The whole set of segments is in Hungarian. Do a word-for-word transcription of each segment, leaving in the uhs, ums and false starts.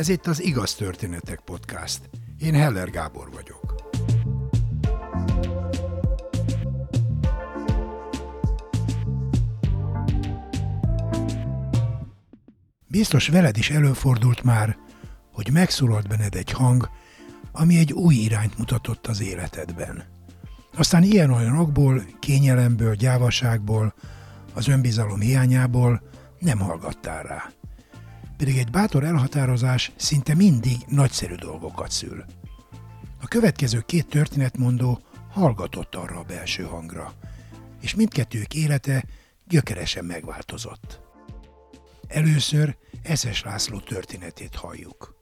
Ez itt az Igaz Történetek Podcast. Én Heller Gábor vagyok. Biztos veled is előfordult már, hogy megszólalt benned egy hang, ami egy új irányt mutatott az életedben. Aztán ilyen-olyan okból, kényelemből, gyávaságból, az önbizalom hiányából nem hallgattál rá. Pedig egy bátor elhatározás szinte mindig nagyszerű dolgokat szül. A következő két történetmondó hallgatott arra a belső hangra, és mindkettők élete gyökeresen megváltozott. Először Eszes László történetét halljuk.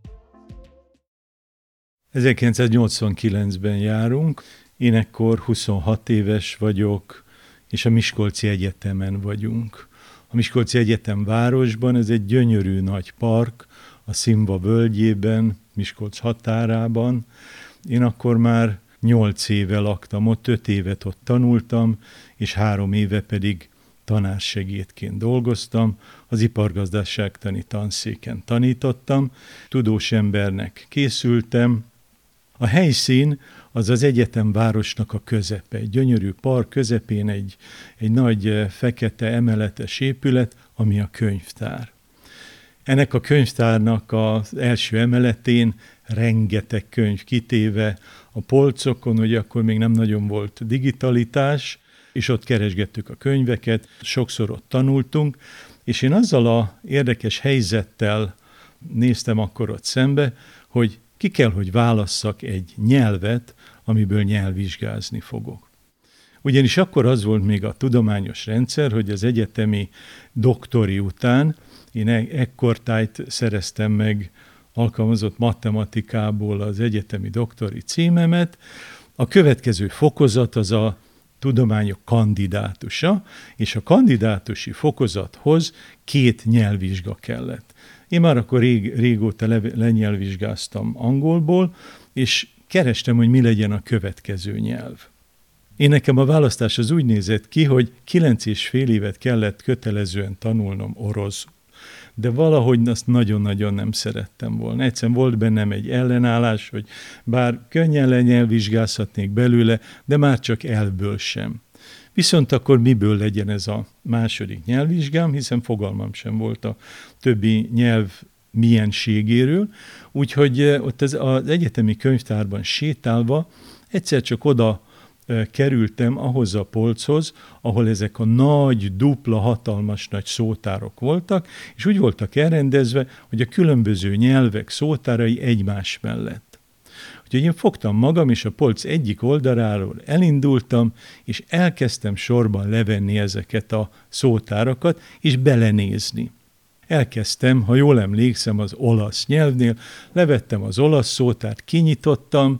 ezerkilencszáznyolcvankilencben járunk, én ekkor huszonhat éves vagyok, és a Miskolci Egyetemen vagyunk. A Miskolci Egyetem városban, ez egy gyönyörű nagy park, a Szimva völgyében, Miskolc határában. Én akkor már nyolc éve laktam ott, öt évet ott tanultam, és három éve pedig tanársegédként dolgoztam, az ipargazdaságtani tanszéken tanítottam, tudós embernek készültem. A helyszín az az egyetem városnak a közepe, egy gyönyörű park közepén egy, egy nagy fekete emeletes épület, ami a könyvtár. Ennek a könyvtárnak az első emeletén rengeteg könyv kitéve a polcokon, hogy akkor még nem nagyon volt digitalitás, és ott keresgettük a könyveket, sokszor ott tanultunk, és én azzal a érdekes helyzettel néztem akkor ott szembe, hogy ki kell, hogy válasszak egy nyelvet, amiből nyelvvizsgázni fogok. Ugyanis akkor az volt még a tudományos rendszer, hogy az egyetemi doktori után, én ekkortájt szereztem meg alkalmazott matematikából az egyetemi doktori címemet, a következő fokozat az a tudományok kandidátusa, és a kandidátusi fokozathoz két nyelvvizsga kellett. Én már akkor rég, régóta le, lenyelvvizsgáztam angolból, és kerestem, hogy mi legyen a következő nyelv. Én nekem a választás az úgy nézett ki, hogy kilenc és fél évet kellett kötelezően tanulnom orosz. De valahogy azt nagyon-nagyon nem szerettem volna. Egyszerűen volt bennem egy ellenállás, hogy bár könnyen lenyelvvizsgázhatnék belőle, de már csak elvből sem. Viszont akkor miből legyen ez a második nyelvvizsgám, hiszen fogalmam sem volt a többi nyelv mienségéről. Úgyhogy ott az, az egyetemi könyvtárban sétálva egyszer csak oda kerültem ahhoz a polchoz, ahol ezek a nagy, dupla, hatalmas nagy szótárok voltak, és úgy voltak elrendezve, hogy a különböző nyelvek szótárai egymás mellett. Úgyhogy én fogtam magam, és a polc egyik oldaláról elindultam, és elkezdtem sorban levenni ezeket a szótárakat, és belenézni. Elkezdtem, ha jól emlékszem, az olasz nyelvnél, levettem az olasz szótárt, kinyitottam,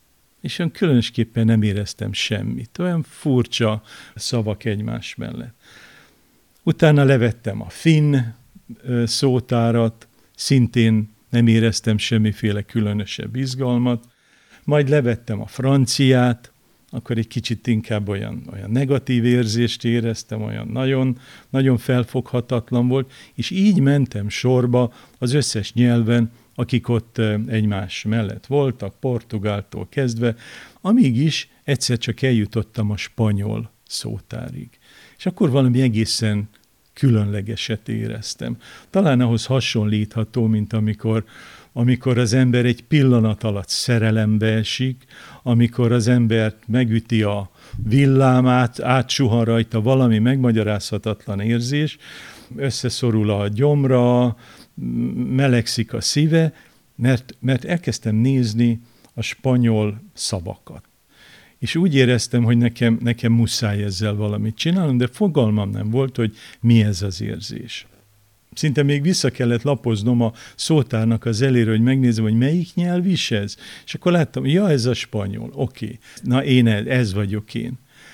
és olyan különösképpen nem éreztem semmit. Olyan furcsa szavak egymás mellett. Utána levettem a finn szótárat, szintén nem éreztem semmiféle különösebb izgalmat. Majd levettem a franciát, akkor egy kicsit inkább olyan, olyan negatív érzést éreztem, olyan nagyon, nagyon felfoghatatlan volt, és így mentem sorba az összes nyelven, akik ott egymás mellett voltak, portugáltól kezdve, amíg is egyszer csak eljutottam a spanyol szótárig. És akkor valami egészen különlegeset éreztem. Talán ahhoz hasonlítható, mint amikor, amikor az ember egy pillanat alatt szerelembe esik, amikor az embert megüti a villámát, átsuhan rajta valami megmagyarázhatatlan érzés, összeszorul a gyomra, melegszik a szíve, mert, mert elkezdtem nézni a spanyol szavakat. És úgy éreztem, hogy nekem, nekem muszáj ezzel valamit csinálnom, de fogalmam nem volt, hogy mi ez az érzés. Szinte még vissza kellett lapoznom a szótárnak az elére, hogy megnézem, hogy melyik nyelv is ez. És akkor láttam, ja, ez a spanyol, oké. Okay. Na én ez vagyok én.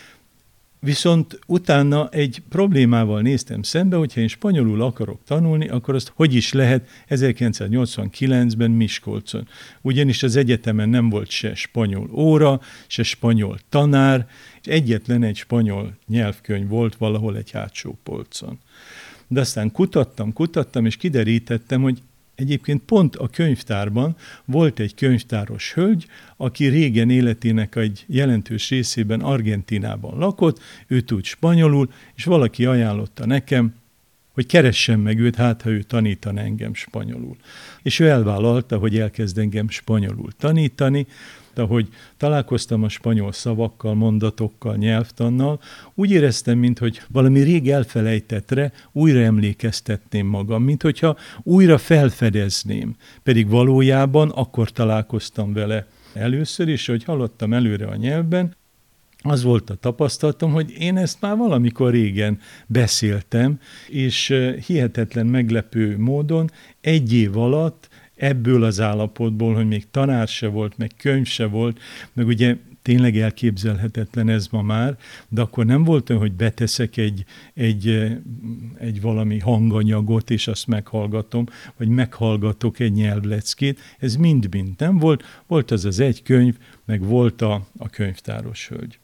Viszont utána egy problémával néztem szembe, hogyha én spanyolul akarok tanulni, akkor azt hogy is lehet ezerkilencszáznyolcvankilencben Miskolcon. Ugyanis az egyetemen nem volt se spanyol óra, se spanyol tanár, és egyetlen egy spanyol nyelvkönyv volt valahol egy hátsó polcon. De aztán kutattam, kutattam, és kiderítettem, hogy Egyébként pont a könyvtárban volt egy könyvtáros hölgy, aki régen életének egy jelentős részében Argentínában lakott, ő tud spanyolul, és valaki ajánlotta nekem, hogy keressem meg őt, hát ha ő tanítan engem spanyolul. És ő elvállalta, hogy elkezd engem spanyolul tanítani, de ahogy találkoztam a spanyol szavakkal, mondatokkal, nyelvtannal, úgy éreztem, mintha valami rég elfelejtettre újra emlékeztetném magam, mintha újra felfedezném. Pedig valójában akkor találkoztam vele először, és hogy hallottam előre a nyelvben, az volt a tapasztalatom, hogy én ezt már valamikor régen beszéltem, és hihetetlen meglepő módon egy év alatt ebből az állapotból, hogy még tanár se volt, meg könyv se volt, meg ugye tényleg elképzelhetetlen ez ma már, de akkor nem volt olyan, hogy beteszek egy, egy, egy valami hanganyagot, és azt meghallgatom, vagy meghallgatok egy nyelvleckét. Ez mind-mind nem volt. Volt az az egy könyv, meg volt a, a könyvtáros hölgy.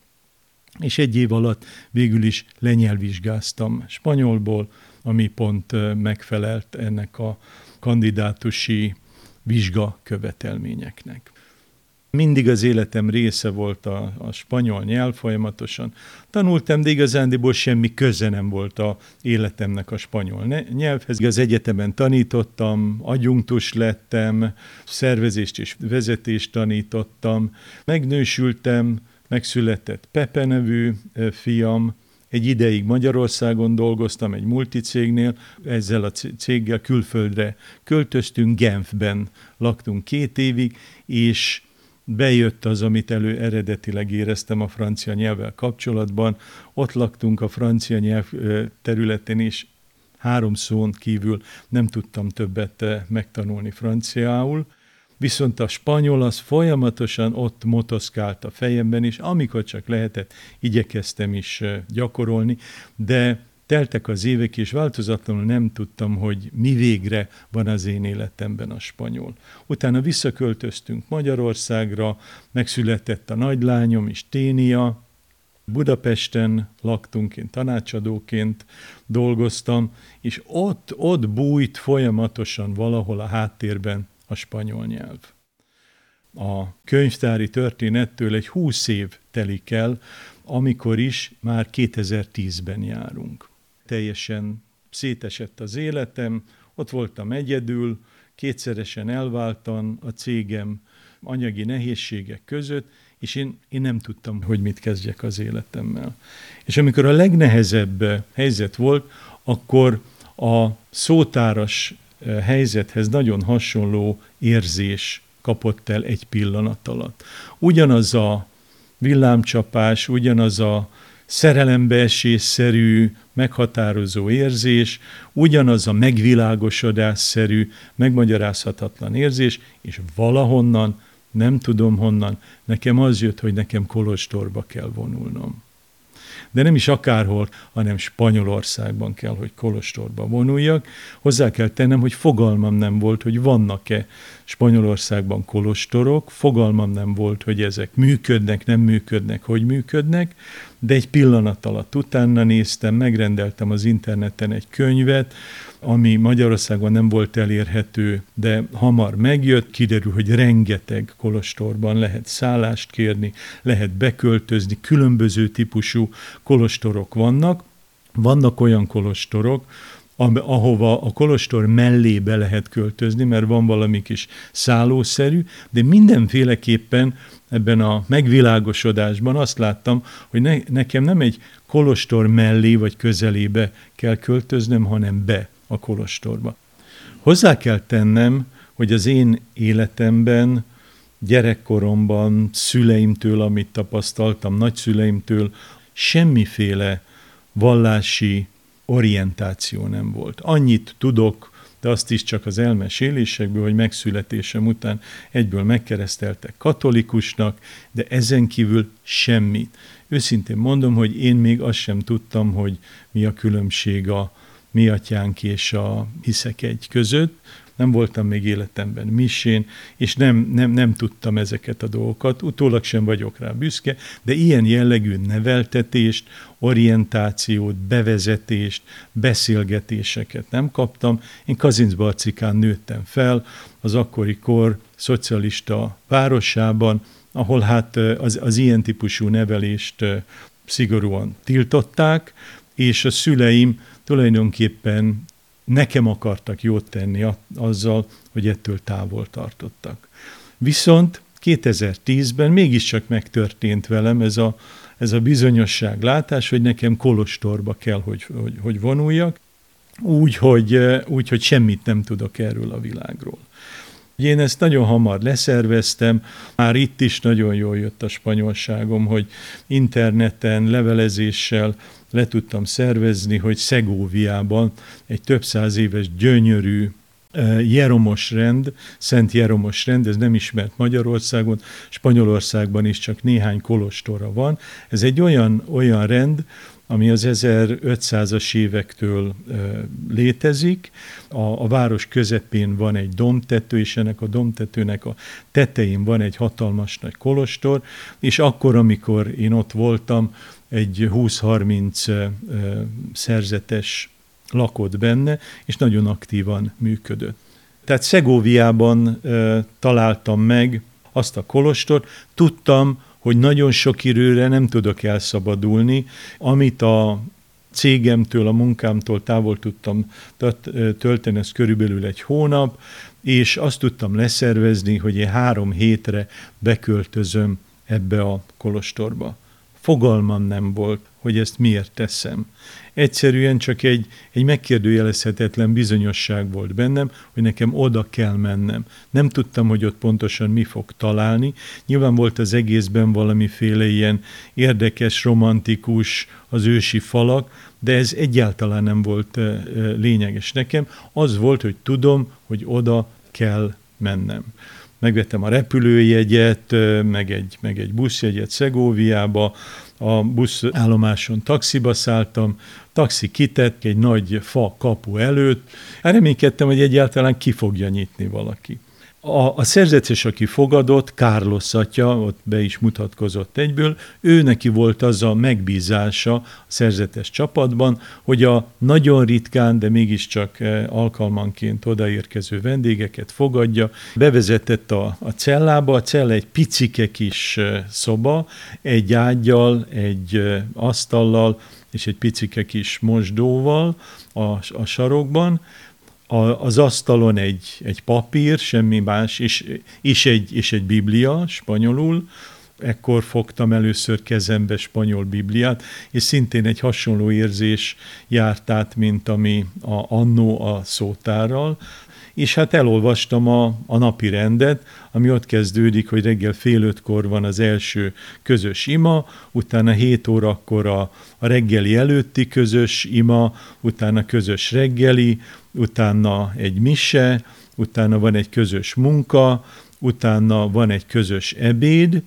És egy év alatt végül is lenyelvvizsgáztam spanyolból, ami pont megfelelt ennek a kandidátusi vizsga követelményeknek. Mindig az életem része volt a, a spanyol nyelv, folyamatosan tanultam, de igazándiból semmi köze nem volt az életemnek a spanyol nyelvhez. Az egyetemen tanítottam, adjunktus lettem, szervezést és vezetést tanítottam, megnősültem, megszületett Pepe nevű fiam, egy ideig Magyarországon dolgoztam, egy multicégnél, ezzel a céggel külföldre költöztünk, Genfben laktunk két évig, és bejött az, amit elő eredetileg éreztem a francia nyelvvel kapcsolatban. Ott laktunk a francia nyelv területén, és három szón kívül nem tudtam többet megtanulni franciául. Viszont a spanyol az folyamatosan ott motoszkált a fejemben, és amikor csak lehetett, igyekeztem is gyakorolni, de teltek az évek, és változatlanul nem tudtam, hogy mi végre van az én életemben a spanyol. Utána visszaköltöztünk Magyarországra, megszületett a nagylányom is, Ténia, Budapesten laktunk, én tanácsadóként dolgoztam, és ott, ott bújt folyamatosan valahol a háttérben a spanyol nyelv. A könyvtári történettől egy húsz év telik el, amikor is már kétezer-tízben járunk. Teljesen szétesett az életem, ott voltam egyedül, kétszeresen elváltam a cégem anyagi nehézségek között, és én, én nem tudtam, hogy mit kezdjek az életemmel. És amikor a legnehezebb helyzet volt, akkor a szótáras helyzethez nagyon hasonló érzés kapott el egy pillanat alatt. Ugyanaz a villámcsapás, ugyanaz a szerelembeesésszerű, meghatározó érzés, ugyanaz a megvilágosodásszerű, megmagyarázhatatlan érzés, és valahonnan, nem tudom honnan, nekem az jött, hogy nekem Kolostorba kell vonulnom. De nem is akárhol, hanem Spanyolországban kell, hogy kolostorba vonuljak. Hozzá kell tennem, hogy fogalmam nem volt, hogy vannak-e Spanyolországban kolostorok, fogalmam nem volt, hogy ezek működnek, nem működnek, hogy működnek, de egy pillanat alatt utána néztem, megrendeltem az interneten egy könyvet, ami Magyarországon nem volt elérhető, de hamar megjött, kiderül, hogy rengeteg kolostorban lehet szállást kérni, lehet beköltözni, különböző típusú kolostorok vannak. Vannak olyan kolostorok, ahova a kolostor mellé be lehet költözni, mert van valami kis szállószerű, de mindenféleképpen ebben a megvilágosodásban azt láttam, hogy ne, nekem nem egy kolostor mellé vagy közelébe kell költöznöm, hanem be a kolostorba. Hozzá kell tennem, hogy az én életemben, gyerekkoromban, szüleimtől, amit tapasztaltam, nagyszüleimtől, semmiféle vallási orientáció nem volt. Annyit tudok, de azt is csak az elmesélésekből, hogy megszületésem után egyből megkereszteltek katolikusnak, de ezen kívül semmit. Őszintén mondom, hogy én még azt sem tudtam, hogy mi a különbség a mi atyánk és a hiszek egy között. nem voltam még életemben misén, és nem, nem, nem tudtam ezeket a dolgokat, utólag sem vagyok rá büszke, de ilyen jellegű neveltetést, orientációt, bevezetést, beszélgetéseket nem kaptam. Én Kazincbarcikán nőttem fel, az akkori kor szocialista városában, ahol hát az, az ilyen típusú nevelést szigorúan tiltották, és a szüleim tulajdonképpen nekem akartak jót tenni azzal, hogy ettől távol tartottak. Viszont kétezer-tízben mégiscsak megtörtént velem ez a, ez a bizonyosságlátás, hogy nekem kolostorba kell, hogy, hogy, hogy vonuljak, úgy hogy, úgy, hogy semmit nem tudok erről a világról. Én ezt nagyon hamar leszerveztem, már itt is nagyon jól jött a spanyolságom, hogy interneten, levelezéssel le tudtam szervezni, hogy Szegóviában egy több száz éves gyönyörű Jeromos rend, Szent Jeromos rend, ez nem ismert Magyarországon, Spanyolországban is csak néhány kolostora van. Ez egy olyan, olyan rend, ami az ezerötszázas évektől e, létezik. A, a város közepén van egy domtető, és ennek a domtetőnek a tetején van egy hatalmas nagy kolostor, és akkor, amikor én ott voltam, egy húsz-harminc e, szerzetes lakott benne, és nagyon aktívan működött. Tehát Szegóviában e, találtam meg azt a kolostort, tudtam, hogy nagyon sok időre nem tudok elszabadulni, amit a cégemtől, a munkámtól távol tudtam tölteni, ez körülbelül egy hónap, és azt tudtam leszervezni, hogy én három hétre beköltözöm ebbe a kolostorba. Fogalmam nem volt, hogy ezt miért teszem. Egyszerűen csak egy, egy megkérdőjelezhetetlen bizonyosság volt bennem, hogy nekem oda kell mennem. Nem tudtam, hogy ott pontosan mi fog találni. Nyilván volt az egészben valamiféle ilyen érdekes, romantikus, az ősi falak, de ez egyáltalán nem volt lényeges nekem. Az volt, hogy tudom, hogy oda kell mennem. Megvettem a repülőjegyet, meg egy, meg egy buszjegyet Szegóviába, a buszállomáson taxiba szálltam, taxi kitett egy nagy fa kapu előtt, reménykedtem, hogy egyáltalán ki fogja nyitni valaki. A, a szerzetes, aki fogadott, Carlos atya, ott be is mutatkozott egyből, ő neki volt az a megbízása a szerzetes csapatban, hogy a nagyon ritkán, de mégiscsak alkalmanként odaérkező vendégeket fogadja. Bevezetett a, a cellába, a cella egy picike kis szoba, egy ággyal, egy asztallal és egy picike kis mosdóval a, a sarokban. Az asztalon egy, egy papír, semmi más, és, és, egy, és egy biblia spanyolul. Ekkor fogtam először kezembe spanyol bibliát, és szintén egy hasonló érzés járt át, mint ami a, annó a szótárral. És hát elolvastam a, a napi rendet, ami ott kezdődik, hogy reggel fél ötkor van az első közös ima, utána hét órakor a, a reggeli előtti közös ima, utána közös reggeli, utána egy mise, utána van egy közös munka, utána van egy közös ebéd.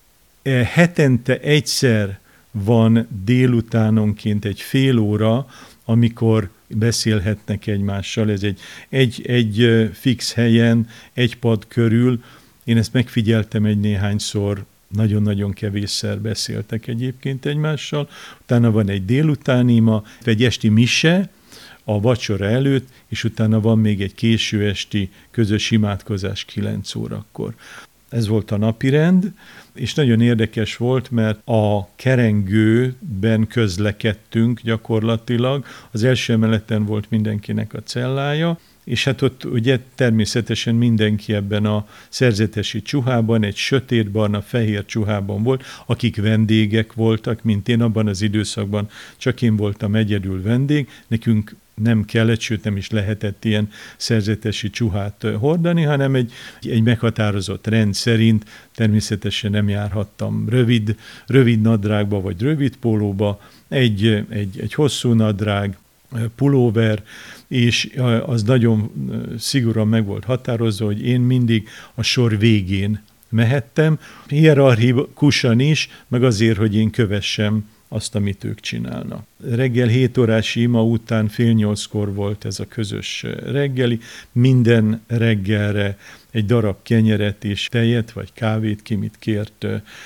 Hetente egyszer van délutánonként egy fél óra, amikor beszélhetnek egymással. Ez egy, egy, egy fix helyen, egy pad körül. Én ezt megfigyeltem egy néhányszor, nagyon-nagyon kevésszer beszéltek egyébként egymással. Utána van egy délutáni ima, egy esti mise a vacsora előtt, és utána van még egy késő esti közös imádkozás kilenc órakor. Ez volt a napirend, és nagyon érdekes volt, mert a kerengőben közlekedtünk gyakorlatilag. Az első emeleten volt mindenkinek a cellája, és hát ott ugye természetesen mindenki ebben a szerzetesi csuhában, egy sötétbarna, fehér csuhában volt, akik vendégek voltak, mint én abban az időszakban, csak én voltam egyedül vendég, nekünk nem kellett, sőt nem is lehetett ilyen szerzetesi csuhát hordani, hanem egy, egy meghatározott rend szerint természetesen nem járhattam rövid, rövid nadrágba vagy rövid pólóba, egy, egy, egy hosszú nadrág, pulóver, és az nagyon szigorúan meg volt határozva, hogy én mindig a sor végén mehettem, hierarchikusan is, meg azért, hogy én kövessem azt, amit ők csinálnak. Reggel hét órás ima után fél nyolckor volt ez a közös reggeli, minden reggelre egy darab kenyeret és tejet, vagy kávét, ki mit kért,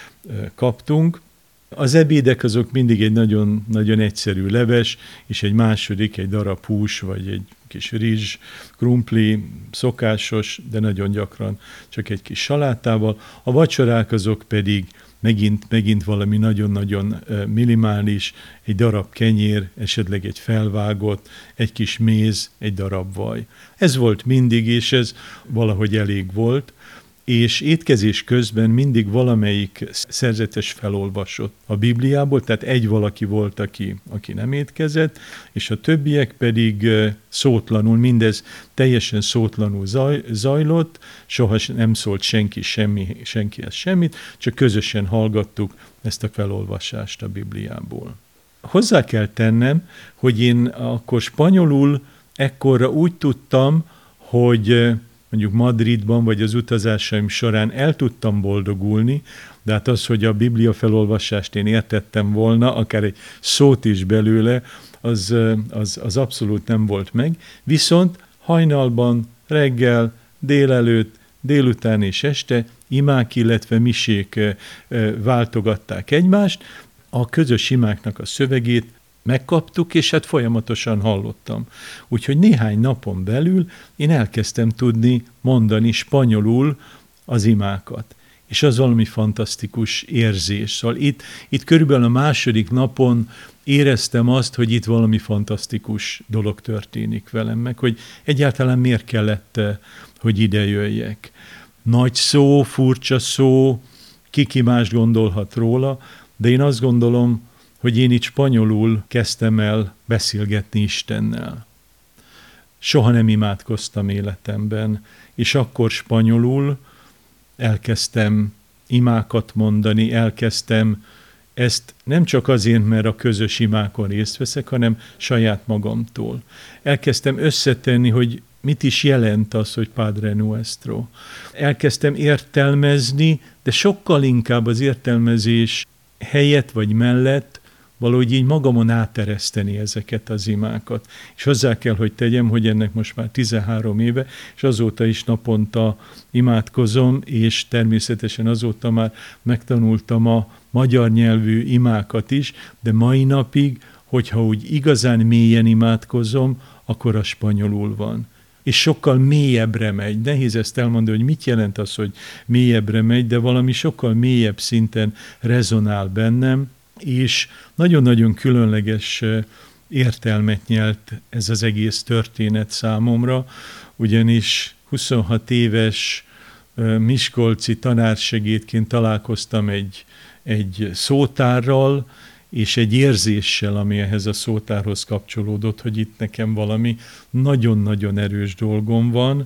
kaptunk. Az ebédek azok mindig egy nagyon, nagyon egyszerű leves, és egy második, egy darab hús, vagy egy kis rizs, krumpli, szokásos, de nagyon gyakran csak egy kis salátával. A vacsorák azok pedig megint, megint valami nagyon-nagyon minimális, egy darab kenyér, esetleg egy felvágott, egy kis méz, egy darab vaj. Ez volt mindig, és ez valahogy elég volt, és étkezés közben mindig valamelyik szerzetes felolvasott a Bibliából, tehát egy valaki volt, aki, aki nem étkezett, és a többiek pedig szótlanul, mindez teljesen szótlanul zaj, zajlott, soha nem szólt senki semmi, senkihez semmit, csak közösen hallgattuk ezt a felolvasást a Bibliából. Hozzá kell tennem, hogy én akkor spanyolul ekkorra úgy tudtam, hogy mondjuk Madridban, vagy az utazásaim során el tudtam boldogulni, de hát az, hogy a Biblia felolvasást én értettem volna, akár egy szót is belőle, az, az, az abszolút nem volt meg. Viszont hajnalban, reggel, délelőtt, délután és este imák, illetve misék váltogatták egymást. A közös imáknak a szövegét megkaptuk, és hát folyamatosan hallottam. Úgyhogy néhány napon belül én elkezdtem tudni mondani spanyolul az imákat. És az valami fantasztikus érzés. Szóval itt, itt körülbelül a második napon éreztem azt, hogy itt valami fantasztikus dolog történik velem, meg hogy egyáltalán miért kellett, hogy ide jöjjek. Nagy szó, furcsa szó, ki-ki más gondolhat róla, de én azt gondolom, hogy én itt spanyolul kezdtem el beszélgetni Istennel. Soha nem imádkoztam életemben, és akkor spanyolul elkezdtem imákat mondani, elkezdtem ezt nem csak azért, mert a közös imákon részt veszek, hanem saját magamtól. Elkezdtem összetenni, hogy mit is jelent az, hogy Padre Nuestro. Elkezdtem értelmezni, de sokkal inkább az értelmezés helyett vagy mellett valahogy így magamon átereszteni ezeket az imákat. És hozzá kell, hogy tegyem, hogy ennek most már tizenhárom éve, és azóta is naponta imádkozom, és természetesen azóta már megtanultam a magyar nyelvű imákat is, de mai napig, hogyha úgy igazán mélyen imádkozom, akkor a spanyolul van. És sokkal mélyebbre megy. Nehéz ezt elmondani, hogy mit jelent az, hogy mélyebbre megy, de valami sokkal mélyebb szinten rezonál bennem, és nagyon-nagyon különleges értelmet nyert ez az egész történet számomra, ugyanis huszonhat éves miskolci tanársegédként találkoztam egy, egy szótárral, és egy érzéssel, ami ehhez a szótárhoz kapcsolódott, hogy itt nekem valami nagyon-nagyon erős dolgom van.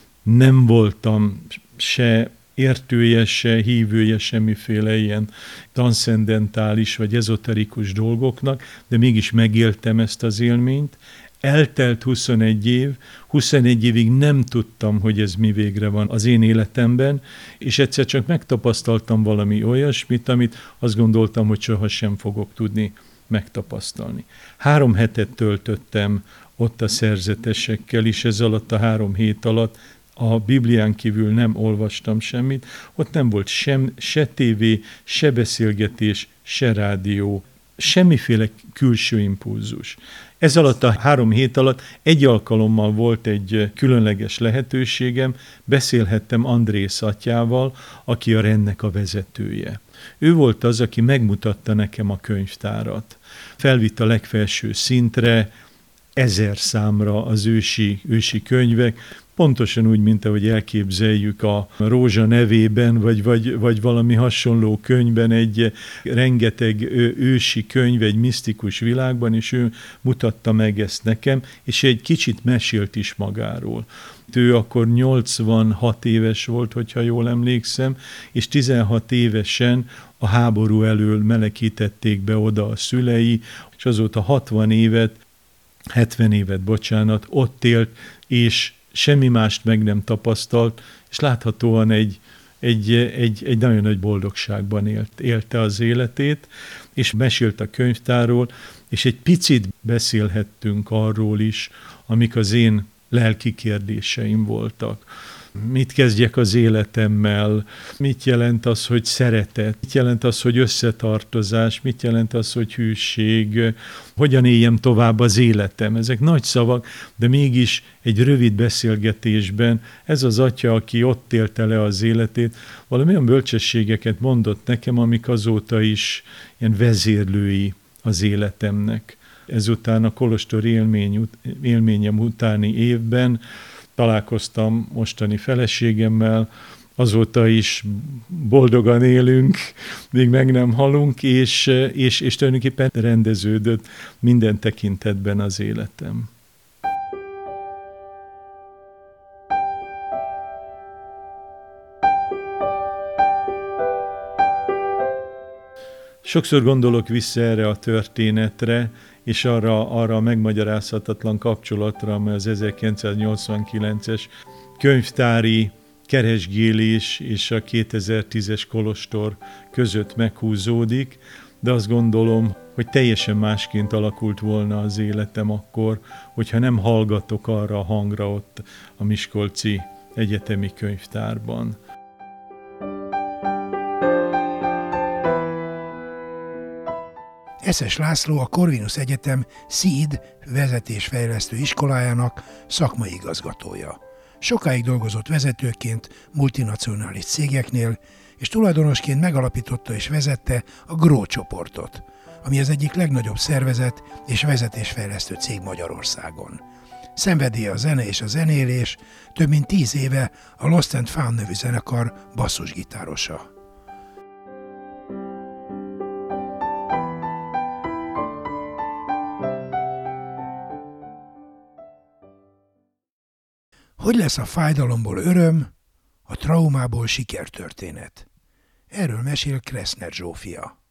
Nem voltam se értője, se hívője semmiféle ilyen transzcendentális vagy ezoterikus dolgoknak, de mégis megéltem ezt az élményt. Eltelt huszonegy év, huszonegy évig nem tudtam, hogy ez mi végre van az én életemben, és egyszer csak megtapasztaltam valami olyasmit, amit azt gondoltam, hogy sohasem fogok tudni megtapasztalni. Három hetet töltöttem ott a szerzetesekkel, és ez alatt a három hét alatt a Biblián kívül nem olvastam semmit, ott nem volt sem, se tévé, se beszélgetés, se rádió, semmiféle külső impulzus. Ez alatt a három hét alatt egy alkalommal volt egy különleges lehetőségem, beszélhettem Andrész atyával, aki a rendnek a vezetője. Ő volt az, aki megmutatta nekem a könyvtárat. Felvitt a legfelső szintre, ezer számra az ősi, ősi könyvek, pontosan úgy, mint ahogy elképzeljük a Rózsa nevében, vagy, vagy, vagy valami hasonló könyvben, egy rengeteg ősi könyv, egy misztikus világban, és ő mutatta meg ezt nekem, és egy kicsit mesélt is magáról. Ő akkor nyolcvanhat éves volt, hogyha jól emlékszem, és tizenhat évesen a háború elől menekítették be oda a szülei, és azóta hatvan évet, hetven évet, bocsánat, ott élt, és semmi mást meg nem tapasztalt, és láthatóan egy, egy, egy, egy nagyon nagy boldogságban élt, élte az életét, és mesélt a könyvtárról, és egy picit beszélhettünk arról is, amik az én lelki kérdéseim voltak. Mit kezdjek az életemmel, mit jelent az, hogy szeretet, mit jelent az, hogy összetartozás, mit jelent az, hogy hűség, hogyan éljem tovább az életem. Ezek nagy szavak, de mégis egy rövid beszélgetésben ez az atya, aki ott élte le az életét, valami olyan bölcsességeket mondott nekem, amik azóta is ilyen vezérlői az életemnek. Ezután a kolostor élmény, élményem utáni évben találkoztam mostani feleségemmel, azóta is boldogan élünk, még meg nem halunk, és, és, és tulajdonképpen rendeződött minden tekintetben az életem. Sokszor gondolok vissza erre a történetre, és arra, arra a megmagyarázhatatlan kapcsolatra, amely az ezerkilencszáznyolcvankilences könyvtári keresgélés és a kétezer-tízes kolostor között meghúzódik, de azt gondolom, hogy teljesen másként alakult volna az életem akkor, hogyha nem hallgatok arra a hangra ott a miskolci egyetemi könyvtárban. Eszes László a Corvinus Egyetem SZÍD vezetésfejlesztő iskolájának szakmai igazgatója. Sokáig dolgozott vezetőként multinacionális cégeknél, és tulajdonosként megalapította és vezette a GROW csoportot, ami az egyik legnagyobb szervezet és vezetésfejlesztő cég Magyarországon. Szenvedélye a zene és a zenélés, több mint tíz éve a Lost and Found nevű zenekar basszusgitárosa. Hogy lesz a fájdalomból öröm, a traumából sikertörténet? Erről mesél Kreszner Zsófia.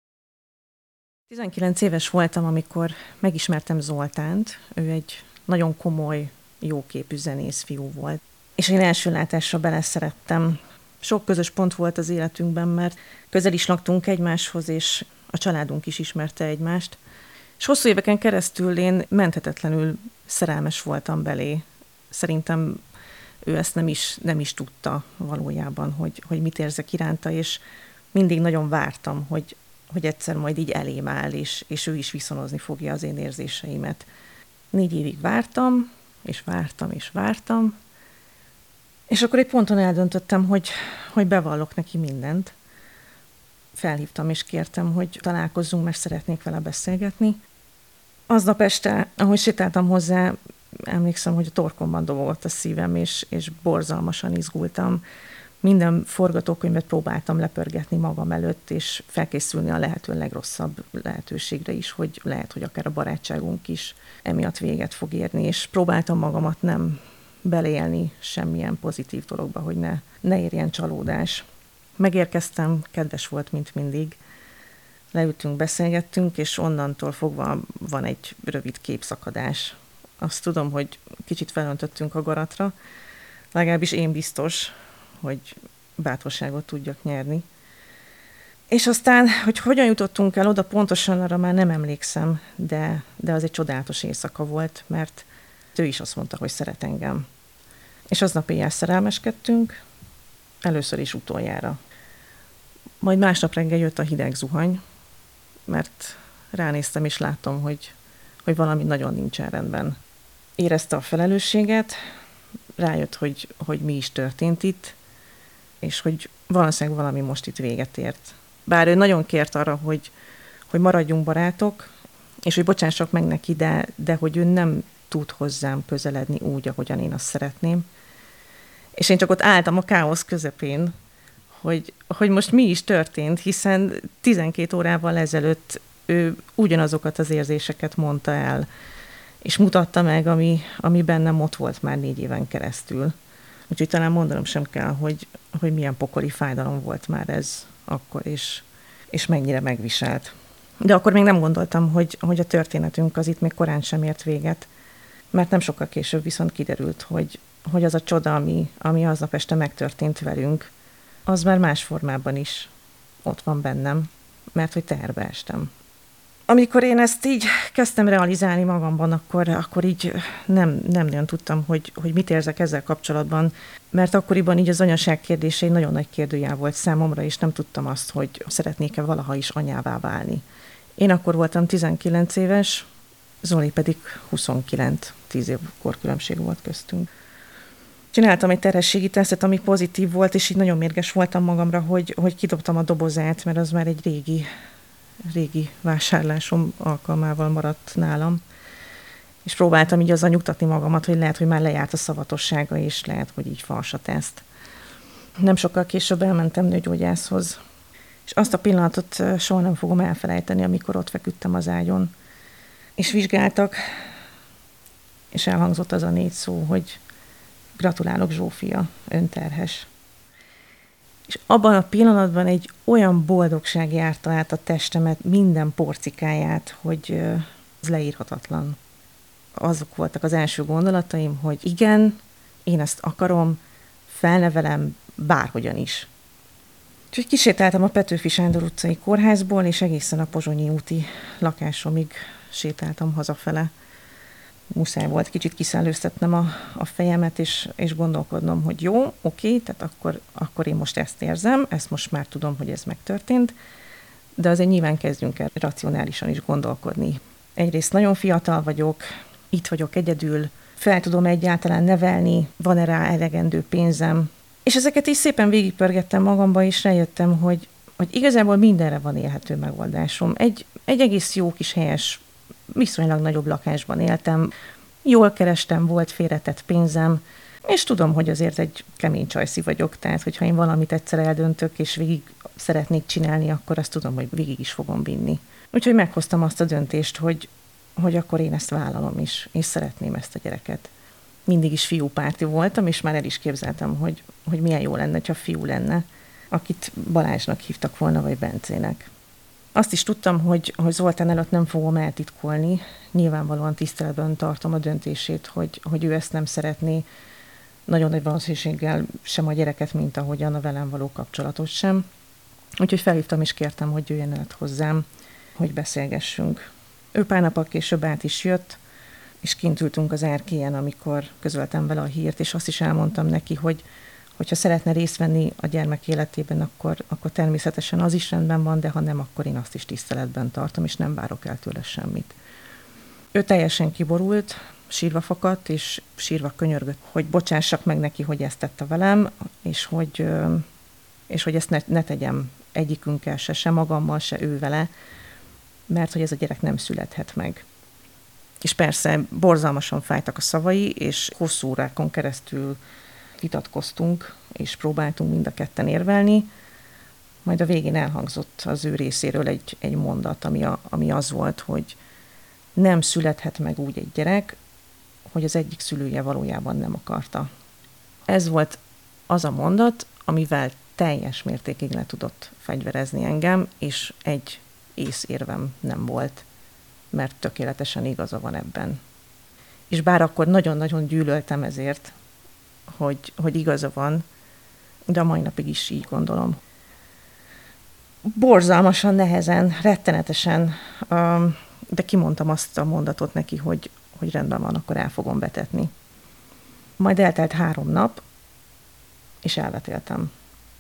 tizenkilenc éves voltam, amikor megismertem Zoltánt. Ő egy nagyon komoly, jóképű zenész fiú volt. És én első látásra beleszerettem. Sok közös pont volt az életünkben, mert közel is laktunk egymáshoz, és a családunk is ismerte egymást. És hosszú éveken keresztül én menthetetlenül szerelmes voltam belé. Szerintem ő ezt nem is, nem is tudta valójában, hogy, hogy mit érzek iránta, és mindig nagyon vártam, hogy, hogy egyszer majd így elém áll, és, és ő is viszonozni fogja az én érzéseimet. Négy évig vártam, és vártam, és vártam, és akkor egy ponton eldöntöttem, hogy, hogy bevallok neki mindent. Felhívtam, és kértem, hogy találkozzunk, mert szeretnék vele beszélgetni. Aznap este, ahogy sétáltam hozzá, emlékszem, hogy a torkomban dobogott a szívem, és, és borzalmasan izgultam. Minden forgatókönyvet próbáltam lepörgetni magam előtt, és felkészülni a lehető legrosszabb lehetőségre is, hogy lehet, hogy akár a barátságunk is emiatt véget fog érni, és próbáltam magamat nem beleélni semmilyen pozitív dologba, hogy ne, ne érjen csalódás. Megérkeztem, kedves volt, mint mindig. Leültünk, beszélgettünk, és onnantól fogva van egy rövid képszakadás. Azt tudom, hogy kicsit felöntöttünk a garatra, legalábbis én biztos, hogy bátorságot tudjak nyerni. És aztán, hogy hogyan jutottunk el oda, pontosan arra már nem emlékszem, de, de az egy csodálatos éjszaka volt, mert ő is azt mondta, hogy szeret engem. És aznap éjjel szerelmeskedtünk, először is utoljára. Majd másnap reggel jött a hideg zuhany, mert ránéztem és láttam, hogy, hogy valami nagyon nincsen rendben. Érezte a felelősséget, rájött, hogy, hogy mi is történt itt, és hogy valószínűleg valami most itt véget ért. Bár ő nagyon kért arra, hogy, hogy maradjunk barátok, és hogy bocsássak meg neki, de, de hogy ő nem tud hozzám közeledni úgy, ahogyan én azt szeretném. És én csak ott álltam a káosz közepén, hogy, hogy most mi is történt, hiszen tizenkét órával ezelőtt ő ugyanazokat az érzéseket mondta el, és mutatta meg, ami, ami bennem ott volt már négy éven keresztül. Úgyhogy talán mondanom sem kell, hogy, hogy milyen pokoli fájdalom volt már ez akkor, és, és mennyire megviselt. De akkor még nem gondoltam, hogy, hogy a történetünk az itt még korán sem ért véget, mert nem sokkal később viszont kiderült, hogy, hogy az a csoda, ami, ami aznap este megtörtént velünk, az már más formában is ott van bennem, mert hogy teherbe estem. Amikor én ezt így kezdtem realizálni magamban, akkor, akkor így nem, nem nagyon tudtam, hogy, hogy mit érzek ezzel kapcsolatban, mert akkoriban így az anyaság kérdése egy nagyon nagy kérdőjel volt számomra, és nem tudtam azt, hogy szeretnék-e valaha is anyává válni. Én akkor voltam tizenkilenc éves, Zoli pedig huszonkilenc, tíz év korkülönbség volt köztünk. Csináltam egy terhességi tesztet, ami pozitív volt, és így nagyon mérges voltam magamra, hogy, hogy kidobtam a dobozát, mert az már egy régi, régi vásárlásom alkalmával maradt nálam. És próbáltam így azzal nyugtatni magamat, hogy lehet, hogy már lejárt a szavatossága, és lehet, hogy így fals a teszt. Nem sokkal később elmentem nőgyógyászhoz, és azt a pillanatot soha nem fogom elfelejteni, amikor ott feküdtem az ágyon. És vizsgáltak, és elhangzott az a négy szó, hogy gratulálok, Zsófia, ön terhes. És abban a pillanatban egy olyan boldogság járta át a testemet, minden porcikáját, hogy ez leírhatatlan. Azok voltak az első gondolataim, hogy igen, én ezt akarom, felnevelem bárhogyan is. Úgyhogy kisétáltam a Petőfi Sándor utcai kórházból, és egészen a Pozsonyi úti lakásomig sétáltam hazafele. Muszáj volt kicsit kiszellőztetnem a, a fejemet, és, és gondolkodnom, hogy jó, oké, tehát akkor, akkor én most ezt érzem, ezt most már tudom, hogy ez megtörtént, de azért nyilván kezdjünk el racionálisan is gondolkodni. Egyrészt nagyon fiatal vagyok, itt vagyok egyedül, fel tudom egyáltalán nevelni, van-e rá elegendő pénzem, és ezeket is szépen végigpörgettem magamba, és rájöttem, hogy, hogy igazából mindenre van élhető megoldásom. Egy, egy egész jó kis helyes, viszonylag nagyobb lakásban éltem, jól kerestem, volt félretett pénzem, és tudom, hogy azért egy kemény csajszi vagyok, tehát hogyha én valamit egyszer eldöntök, és végig szeretnék csinálni, akkor azt tudom, hogy végig is fogom vinni. Úgyhogy meghoztam azt a döntést, hogy, hogy akkor én ezt vállalom is, és szeretném ezt a gyereket. Mindig is fiúpárti voltam, és már el is képzeltem, hogy, hogy milyen jó lenne, ha fiú lenne, akit Balázsnak hívtak volna, vagy Bencének. Azt is tudtam, hogy, hogy Zoltán előtt nem fogom eltitkolni. Nyilvánvalóan tiszteletben tartom a döntését, hogy, hogy ő ezt nem szeretné. Nagyon nagy valószínűséggel sem a gyereket, mint ahogyan a velem való kapcsolatot sem. Úgyhogy felhívtam és kértem, hogy jöjjön el hozzám, hogy beszélgessünk. Ő pár nappal később át is jött, és kint ültünk az erkélyen, amikor közöltem vele a hírt, és azt is elmondtam neki, hogy hogyha szeretne részt venni a gyermek életében, akkor, akkor természetesen az is rendben van, de ha nem, akkor én azt is tiszteletben tartom, és nem várok el tőle semmit. Ő teljesen kiborult, sírva fakadt, és sírva könyörgött, hogy bocsássak meg neki, hogy ezt tette velem, és hogy, és hogy ezt ne, ne tegyem egyikünkkel se, se magammal, se ő vele, mert hogy ez a gyerek nem születhet meg. És persze borzalmasan fájtak a szavai, és hosszú órákon keresztül vitatkoztunk, és próbáltunk mind a ketten érvelni, majd a végén elhangzott az ő részéről egy, egy mondat, ami, a, ami az volt, hogy nem születhet meg úgy egy gyerek, hogy az egyik szülője valójában nem akarta. Ez volt az a mondat, amivel teljes mértékig le tudott fegyverezni engem, és egy észérvem nem volt, mert tökéletesen igaza van ebben. És bár akkor nagyon-nagyon gyűlöltem ezért, hogy, hogy igaza van, de a mai napig is így gondolom. Borzalmasan, nehezen, rettenetesen, de kimondtam azt a mondatot neki, hogy, hogy rendben van, akkor el fogom betetni. Majd eltelt három nap, és elvetéltem.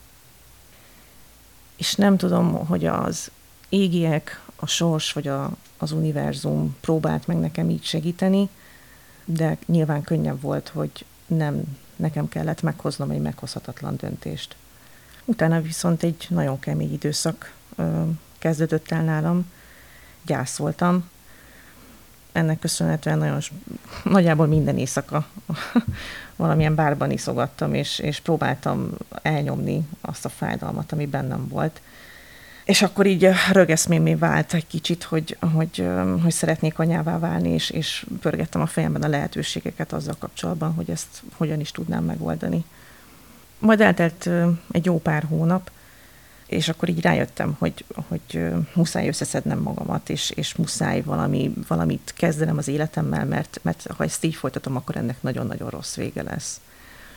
És nem tudom, hogy az égiek, a sors vagy a, az univerzum próbált meg nekem így segíteni, de nyilván könnyebb volt, hogy nem nekem kellett meghoznom egy meghozhatatlan döntést. Utána viszont egy nagyon kemény időszak ö, kezdődött el nálam, gyászoltam. Ennek köszönhetően nagyon, nagyjából minden éjszaka valamilyen bárban iszogattam, és, és próbáltam elnyomni azt a fájdalmat, ami bennem volt. És akkor így rögeszmémé vált egy kicsit, hogy, hogy, hogy szeretnék anyává válni, és, és pörgettem a fejemben a lehetőségeket azzal kapcsolatban, hogy ezt hogyan is tudnám megoldani. Majd eltelt egy jó pár hónap, és akkor így rájöttem, hogy, hogy muszáj összeszednem magamat, és, és muszáj valami, valamit kezdenem az életemmel, mert, mert ha ezt így folytatom, akkor ennek nagyon-nagyon rossz vége lesz.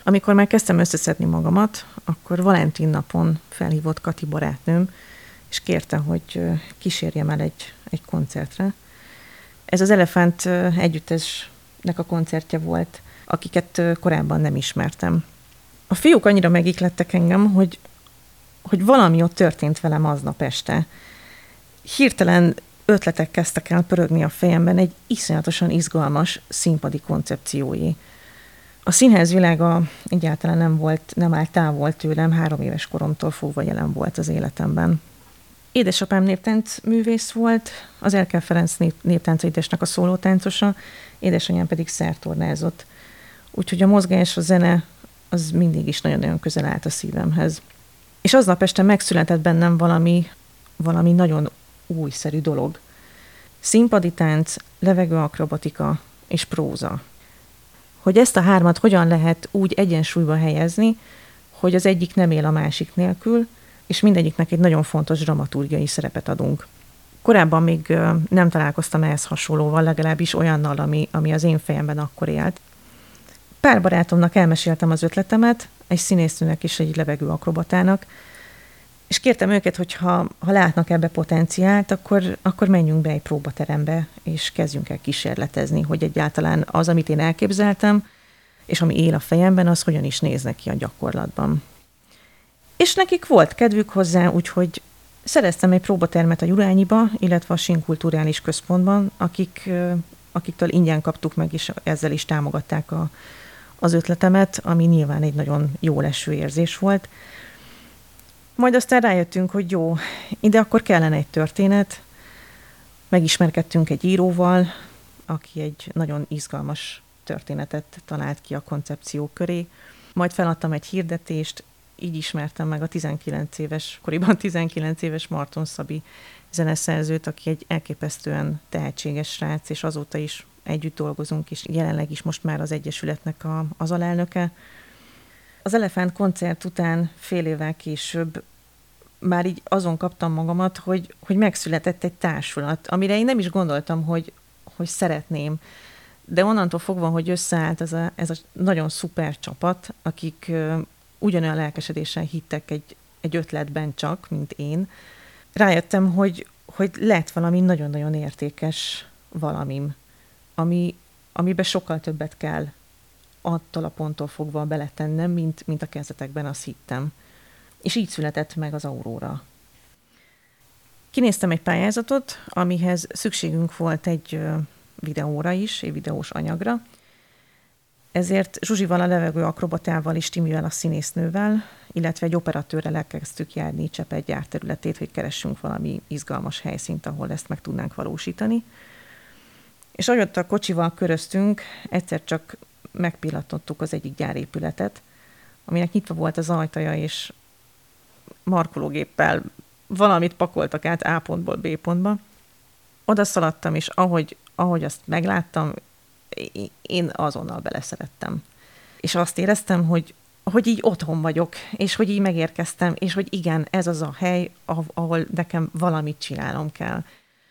Amikor már kezdtem összeszedni magamat, akkor Valentin napon felhívott Kati barátnőm, és kérte, hogy kísérjem el egy, egy koncertre. Ez az Elefánt együttesnek a koncertje volt, akiket korábban nem ismertem. A fiúk annyira megiklettek engem, hogy, hogy valami ott történt velem aznap este. Hirtelen ötletek kezdtek el pörögni a fejemben egy iszonyatosan izgalmas színpadi koncepciói. A színház világa egyáltalán nem volt, nem állt távol tőlem, három éves koromtól fogva jelen volt az életemben. Édesapám néptánc művész volt, az Erkel Ferenc nép, néptáncegyüttesnek a szólótáncosa, édesanyám pedig szertornázott. Úgyhogy a mozgás, a zene, az mindig is nagyon-nagyon közel állt a szívemhez. És aznap este megszületett bennem valami, valami nagyon újszerű dolog. Színpadi tánc, levegőakrobatika és próza. Hogy ezt a hármat hogyan lehet úgy egyensúlyba helyezni, hogy az egyik nem él a másik nélkül, és mindegyiknek egy nagyon fontos dramaturgiai szerepet adunk. Korábban még nem találkoztam ehhez hasonlóval, legalábbis olyannal, ami, ami az én fejemben akkor élt. Pár barátomnak elmeséltem az ötletemet, egy színésznőnek és egy levegőakrobatának, és kértem őket, hogy ha, ha látnak ebbe potenciált, akkor, akkor menjünk be egy próbaterembe, és kezdjünk el kísérletezni, hogy egyáltalán az, amit én elképzeltem, és ami él a fejemben, az hogyan is néz neki a gyakorlatban. És nekik volt kedvük hozzá, úgyhogy szereztem egy próbatermet a Gyurányiba, illetve a Sínkulturális Központban, akik, akiktől ingyen kaptuk meg, és ezzel is támogatták a, az ötletemet, ami nyilván egy nagyon jó leső érzés volt. Majd aztán rájöttünk, hogy jó, ide akkor kellene egy történet. Megismerkedtünk egy íróval, aki egy nagyon izgalmas történetet talált ki a koncepció köré. Majd feladtam egy hirdetést, így ismertem meg a tizenkilenc éves, koriban tizenkilenc éves Marton Szabi zeneszerzőt, aki egy elképesztően tehetséges srác, és azóta is együtt dolgozunk, és jelenleg is most már az Egyesületnek a, az alelnöke. Az Elefánt koncert után fél évvel később már így azon kaptam magamat, hogy, hogy megszületett egy társulat, amire én nem is gondoltam, hogy, hogy szeretném. De onnantól fogva, hogy összeállt ez a, ez a nagyon szuper csapat, akik uh, ugyanolyan lelkesedéssel hittek egy, egy ötletben csak, mint én, rájöttem, hogy, hogy lett valami nagyon-nagyon értékes valamim, ami, amiben sokkal többet kell attól a ponttól fogva beletennem, mint, mint a kezdetekben azt hittem. És így született meg az Aurora. Kinéztem egy pályázatot, amihez szükségünk volt egy videóra is, egy videós anyagra. Ezért Zsuzsival, a levegőakrobatával és Timivel, a színésznővel, illetve egy operatőrrel elkezdtük járni Csepel gyárterületét, hogy keressünk valami izgalmas helyszínt, ahol ezt meg tudnánk valósítani. És ahogy ott a kocsival köröztünk, egyszer csak megpillantottuk az egyik gyárépületet, aminek nyitva volt az ajtaja, és markológéppel valamit pakoltak át A pontból B pontba. Oda szaladtam, és ahogy, ahogy azt megláttam, én azonnal beleszerettem. És azt éreztem, hogy, hogy így otthon vagyok, és hogy így megérkeztem, és hogy igen, ez az a hely, ahol nekem valamit csinálnom kell.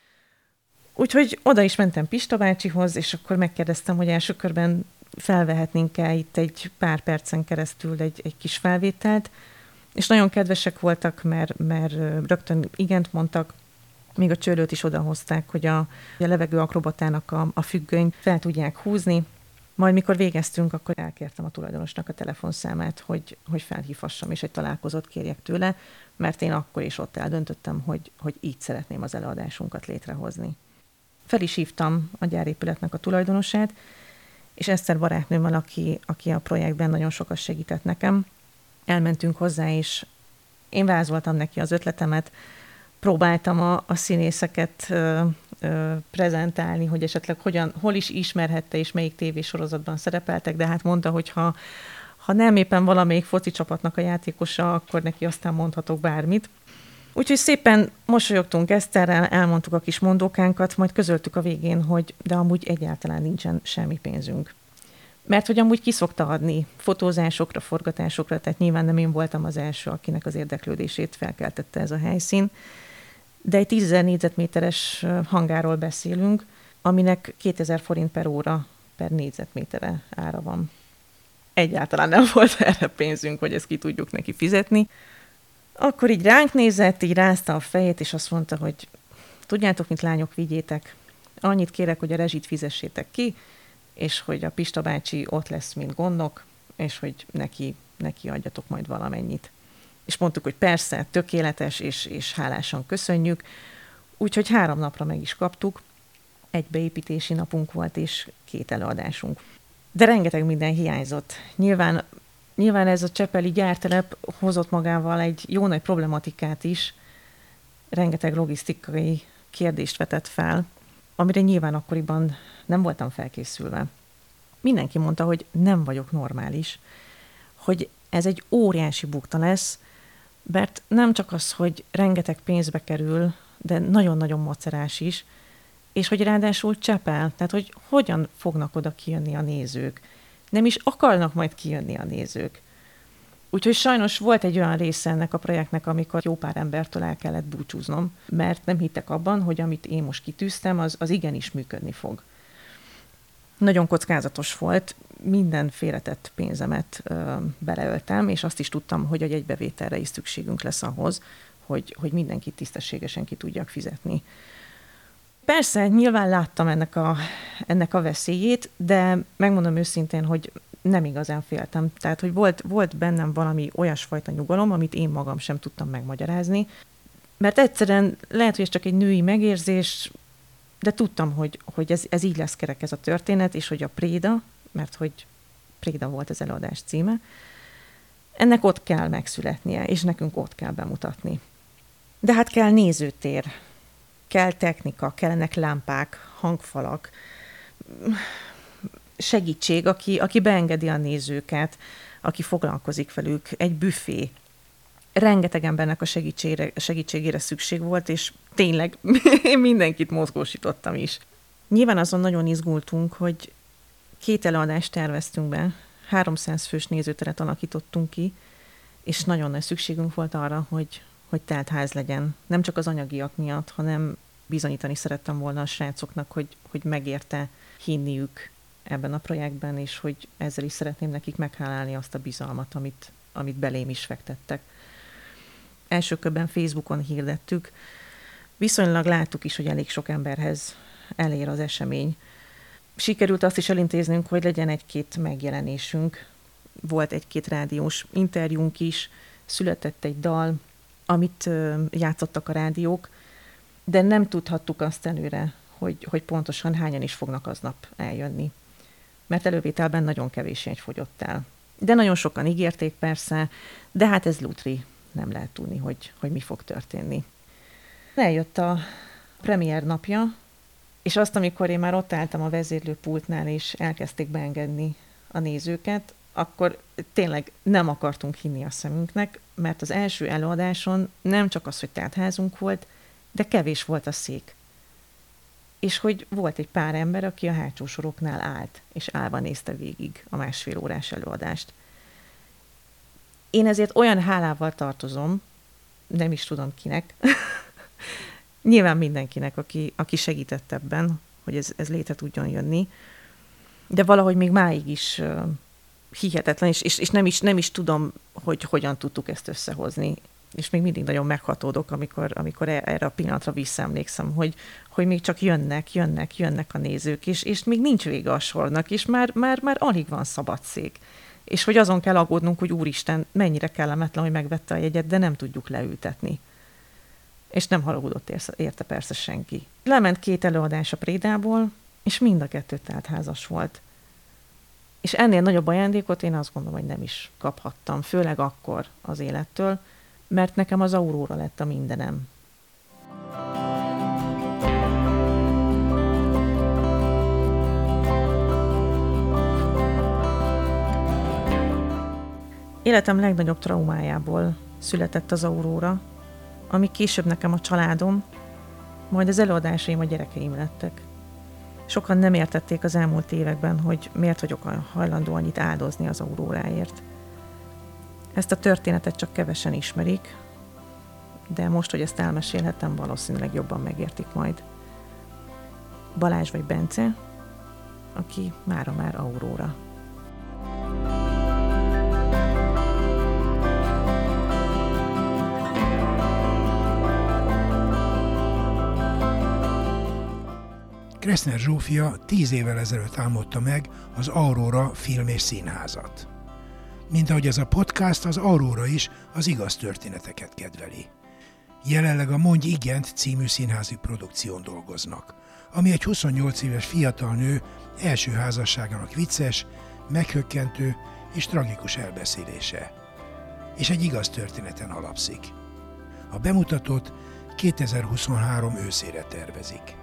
Úgyhogy oda is mentem Pista bácsihoz, és akkor megkérdeztem, hogy első körben felvehetnénk-e itt egy pár percen keresztül egy, egy kis felvételt, és nagyon kedvesek voltak, mert, mert rögtön igent mondtak, még a csőrőt is odahozták, hogy a, a levegőakrobatának a, a függönyt fel tudják húzni. Majd mikor végeztünk, akkor elkértem a tulajdonosnak a telefonszámát, hogy, hogy felhívhassam, és egy találkozót kérjek tőle, mert én akkor is ott eldöntöttem, hogy, hogy így szeretném az előadásunkat létrehozni. Fel is hívtam a gyárépületnek a tulajdonosát, és Eszter barátnőmmel, aki, aki a projektben nagyon sokat segített nekem, elmentünk hozzá, és én vázoltam neki az ötletemet, próbáltam a, a színészeket ö, ö, prezentálni, hogy esetleg hogyan, hol is ismerhette, és melyik tévésorozatban szerepeltek, de hát mondta, hogy ha, ha nem éppen valamelyik foci csapatnak a játékosa, akkor neki aztán mondhatok bármit. Úgyhogy szépen mosolyogtunk Eszterrel, elmondtuk a kis mondókánkat, majd közöltük a végén, hogy de amúgy egyáltalán nincsen semmi pénzünk. Mert hogy amúgy ki szokta adni fotózásokra, forgatásokra, tehát nyilván nem én voltam az első, akinek az érdeklődését felkeltette ez a helyszín, de egy tízezer négyzetméteres hangáról beszélünk, aminek kétezer forint per óra per négyzetmétere ára van. egyáltalán nem volt erre pénzünk, hogy ezt ki tudjuk neki fizetni. Akkor így ránk nézett, így rázta a fejét, és azt mondta, hogy tudjátok, mit lányok, vigyétek. Annyit kérek, hogy a rezsit fizessétek ki, és hogy a Pista bácsi ott lesz, mint gondnok, és hogy neki, neki adjatok majd valamennyit. És mondtuk, hogy persze, tökéletes, és, és hálásan köszönjük. Úgyhogy három napra meg is kaptuk. Egy beépítési napunk volt, és két előadásunk. De rengeteg minden hiányzott. Nyilván, nyilván ez a csepeli gyártelep hozott magával egy jó nagy problematikát is, rengeteg logisztikai kérdést vetett fel, amire nyilván akkoriban nem voltam felkészülve. Mindenki mondta, hogy nem vagyok normális, hogy ez egy óriási bukta lesz, mert nem csak az, hogy rengeteg pénzbe kerül, de nagyon-nagyon macerás is, és hogy ráadásul Csepel, tehát hogy hogyan fognak oda kijönni a nézők. Nem is akarnak majd kijönni a nézők. Úgyhogy sajnos volt egy olyan része ennek a projektnek, amikor jó pár embertől el kellett búcsúznom, mert nem hittek abban, hogy amit én most kitűztem, az, az igenis működni fog. Nagyon kockázatos volt, minden félretett pénzemet ö, beleöltem, és azt is tudtam, hogy egy egybevételre is szükségünk lesz ahhoz, hogy, hogy mindenkit tisztességesen ki tudjak fizetni. Persze, nyilván láttam ennek a, ennek a veszélyét, de megmondom őszintén, hogy nem igazán féltem. Tehát, hogy volt, volt bennem valami olyasfajta nyugalom, amit én magam sem tudtam megmagyarázni. Mert egyszerűen lehet, hogy ez csak egy női megérzés, de tudtam, hogy, hogy ez, ez így lesz kerek ez a történet, és hogy a Préda, mert hogy Préda volt az előadás címe, ennek ott kell megszületnie, és nekünk ott kell bemutatni. De hát kell nézőtér, kell technika, kellenek lámpák, hangfalak, segítség, aki, aki beengedi a nézőket, aki foglalkozik velük, egy büfé. Rengeteg embernek a segítségére, segítségére szükség volt, és tényleg én mindenkit mozgósítottam is. Nyilván azon nagyon izgultunk, hogy két előadást terveztünk be, háromszáz fős nézőteret alakítottunk ki, és nagyon nagy szükségünk volt arra, hogy, hogy telt ház legyen. Nem csak az anyagiak miatt, hanem bizonyítani szerettem volna a srácoknak, hogy, hogy megérte hinniük ebben a projektben, és hogy ezzel is szeretném nekik meghálálni azt a bizalmat, amit, amit belém is fektettek. Első körben Facebookon hirdettük, viszonylag láttuk is, hogy elég sok emberhez elér az esemény. Sikerült azt is elintéznünk, hogy legyen egy-két megjelenésünk, volt egy-két rádiós interjúnk is, született egy dal, amit játszottak a rádiók, de nem tudhattuk azt előre, hogy, hogy pontosan hányan is fognak aznap eljönni. Mert elővételben nagyon kevés jegy fogyott el. De nagyon sokan ígérték persze, de hát ez lutri, nem lehet tudni, hogy, hogy mi fog történni. Eljött a premier napja, és azt, amikor én már ott álltam a vezérlőpultnál, és elkezdték beengedni a nézőket, akkor tényleg nem akartunk hinni a szemünknek, mert az első előadáson nem csak az, hogy teltházunk volt, de kevés volt a szék. És hogy volt egy pár ember, aki a hátsó soroknál állt, és állva nézte végig a másfél órás előadást. Én ezért olyan hálával tartozom, nem is tudom kinek, nyilván mindenkinek, aki, aki segített ebben, hogy ez, ez létre tudjon jönni, de valahogy még máig is uh, hihetetlen, és, és, és nem, is, nem is tudom, hogy hogyan tudtuk ezt összehozni. És még mindig nagyon meghatódok, amikor, amikor erre a pillanatra visszaemlékszem, hogy, hogy még csak jönnek, jönnek, jönnek a nézők, és, és még nincs vége a sornak, és már, már, már alig van szabad szék. És hogy azon kell aggódnunk, hogy úristen, mennyire kellemetlen, hogy megvette a jegyet, de nem tudjuk leültetni. És nem haragudott érte persze senki. Lement két előadás a Prédából, és mind a kettő teltházas volt. És ennél nagyobb ajándékot én azt gondolom, hogy nem is kaphattam, főleg akkor az élettől, mert nekem az Aurora lett a mindenem. Életem legnagyobb traumájából született az Aurora, ami később nekem a családom, majd az előadásaim a gyerekeim lettek. Sokan nem értették az elmúlt években, hogy miért vagyok hajlandó annyit áldozni az Auróráért. Ezt a történetet csak kevesen ismerik, de most, hogy ezt elmesélhetem, valószínűleg jobban megértik majd. Balázs vagy Bence, aki mára már Aurora. Kressner Zsófia tíz évvel ezelőtt álmodta meg az Aurora film és színházat. Mint ahogy ez a podcast, az Aurora is az igaz történeteket kedveli. Jelenleg a Mondj igent című színházi produkción dolgoznak, ami egy huszonnyolc éves fiatal nő első házasságának vicces, meghökkentő és tragikus elbeszélése. És egy igaz történeten alapszik. A bemutatót kétezer-huszonhárom őszére tervezik.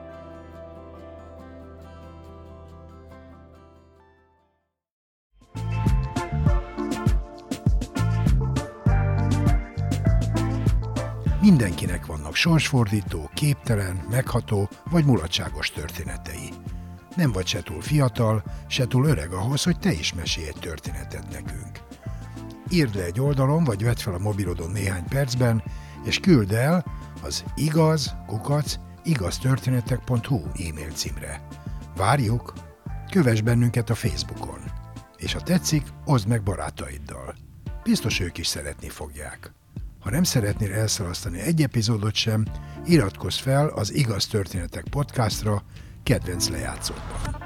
Mindenkinek vannak sorsfordító, képtelen, megható vagy mulatságos történetei. Nem vagy se túl fiatal, se túl öreg ahhoz, hogy te is mesélj egy történetet nekünk. Írd le egy oldalon, vagy vedd fel a mobilodon néhány percben, és küldd el az igaz kukac igaztörténetek pont hu e-mail címre. Várjuk! Kövess bennünket a Facebookon. És ha tetszik, oszd meg barátaiddal. Biztos ők is szeretni fogják. Ha nem szeretnél elszalasztani egy epizódot sem, iratkozz fel az Igaz Történetek podcastra kedvenc lejátszódban.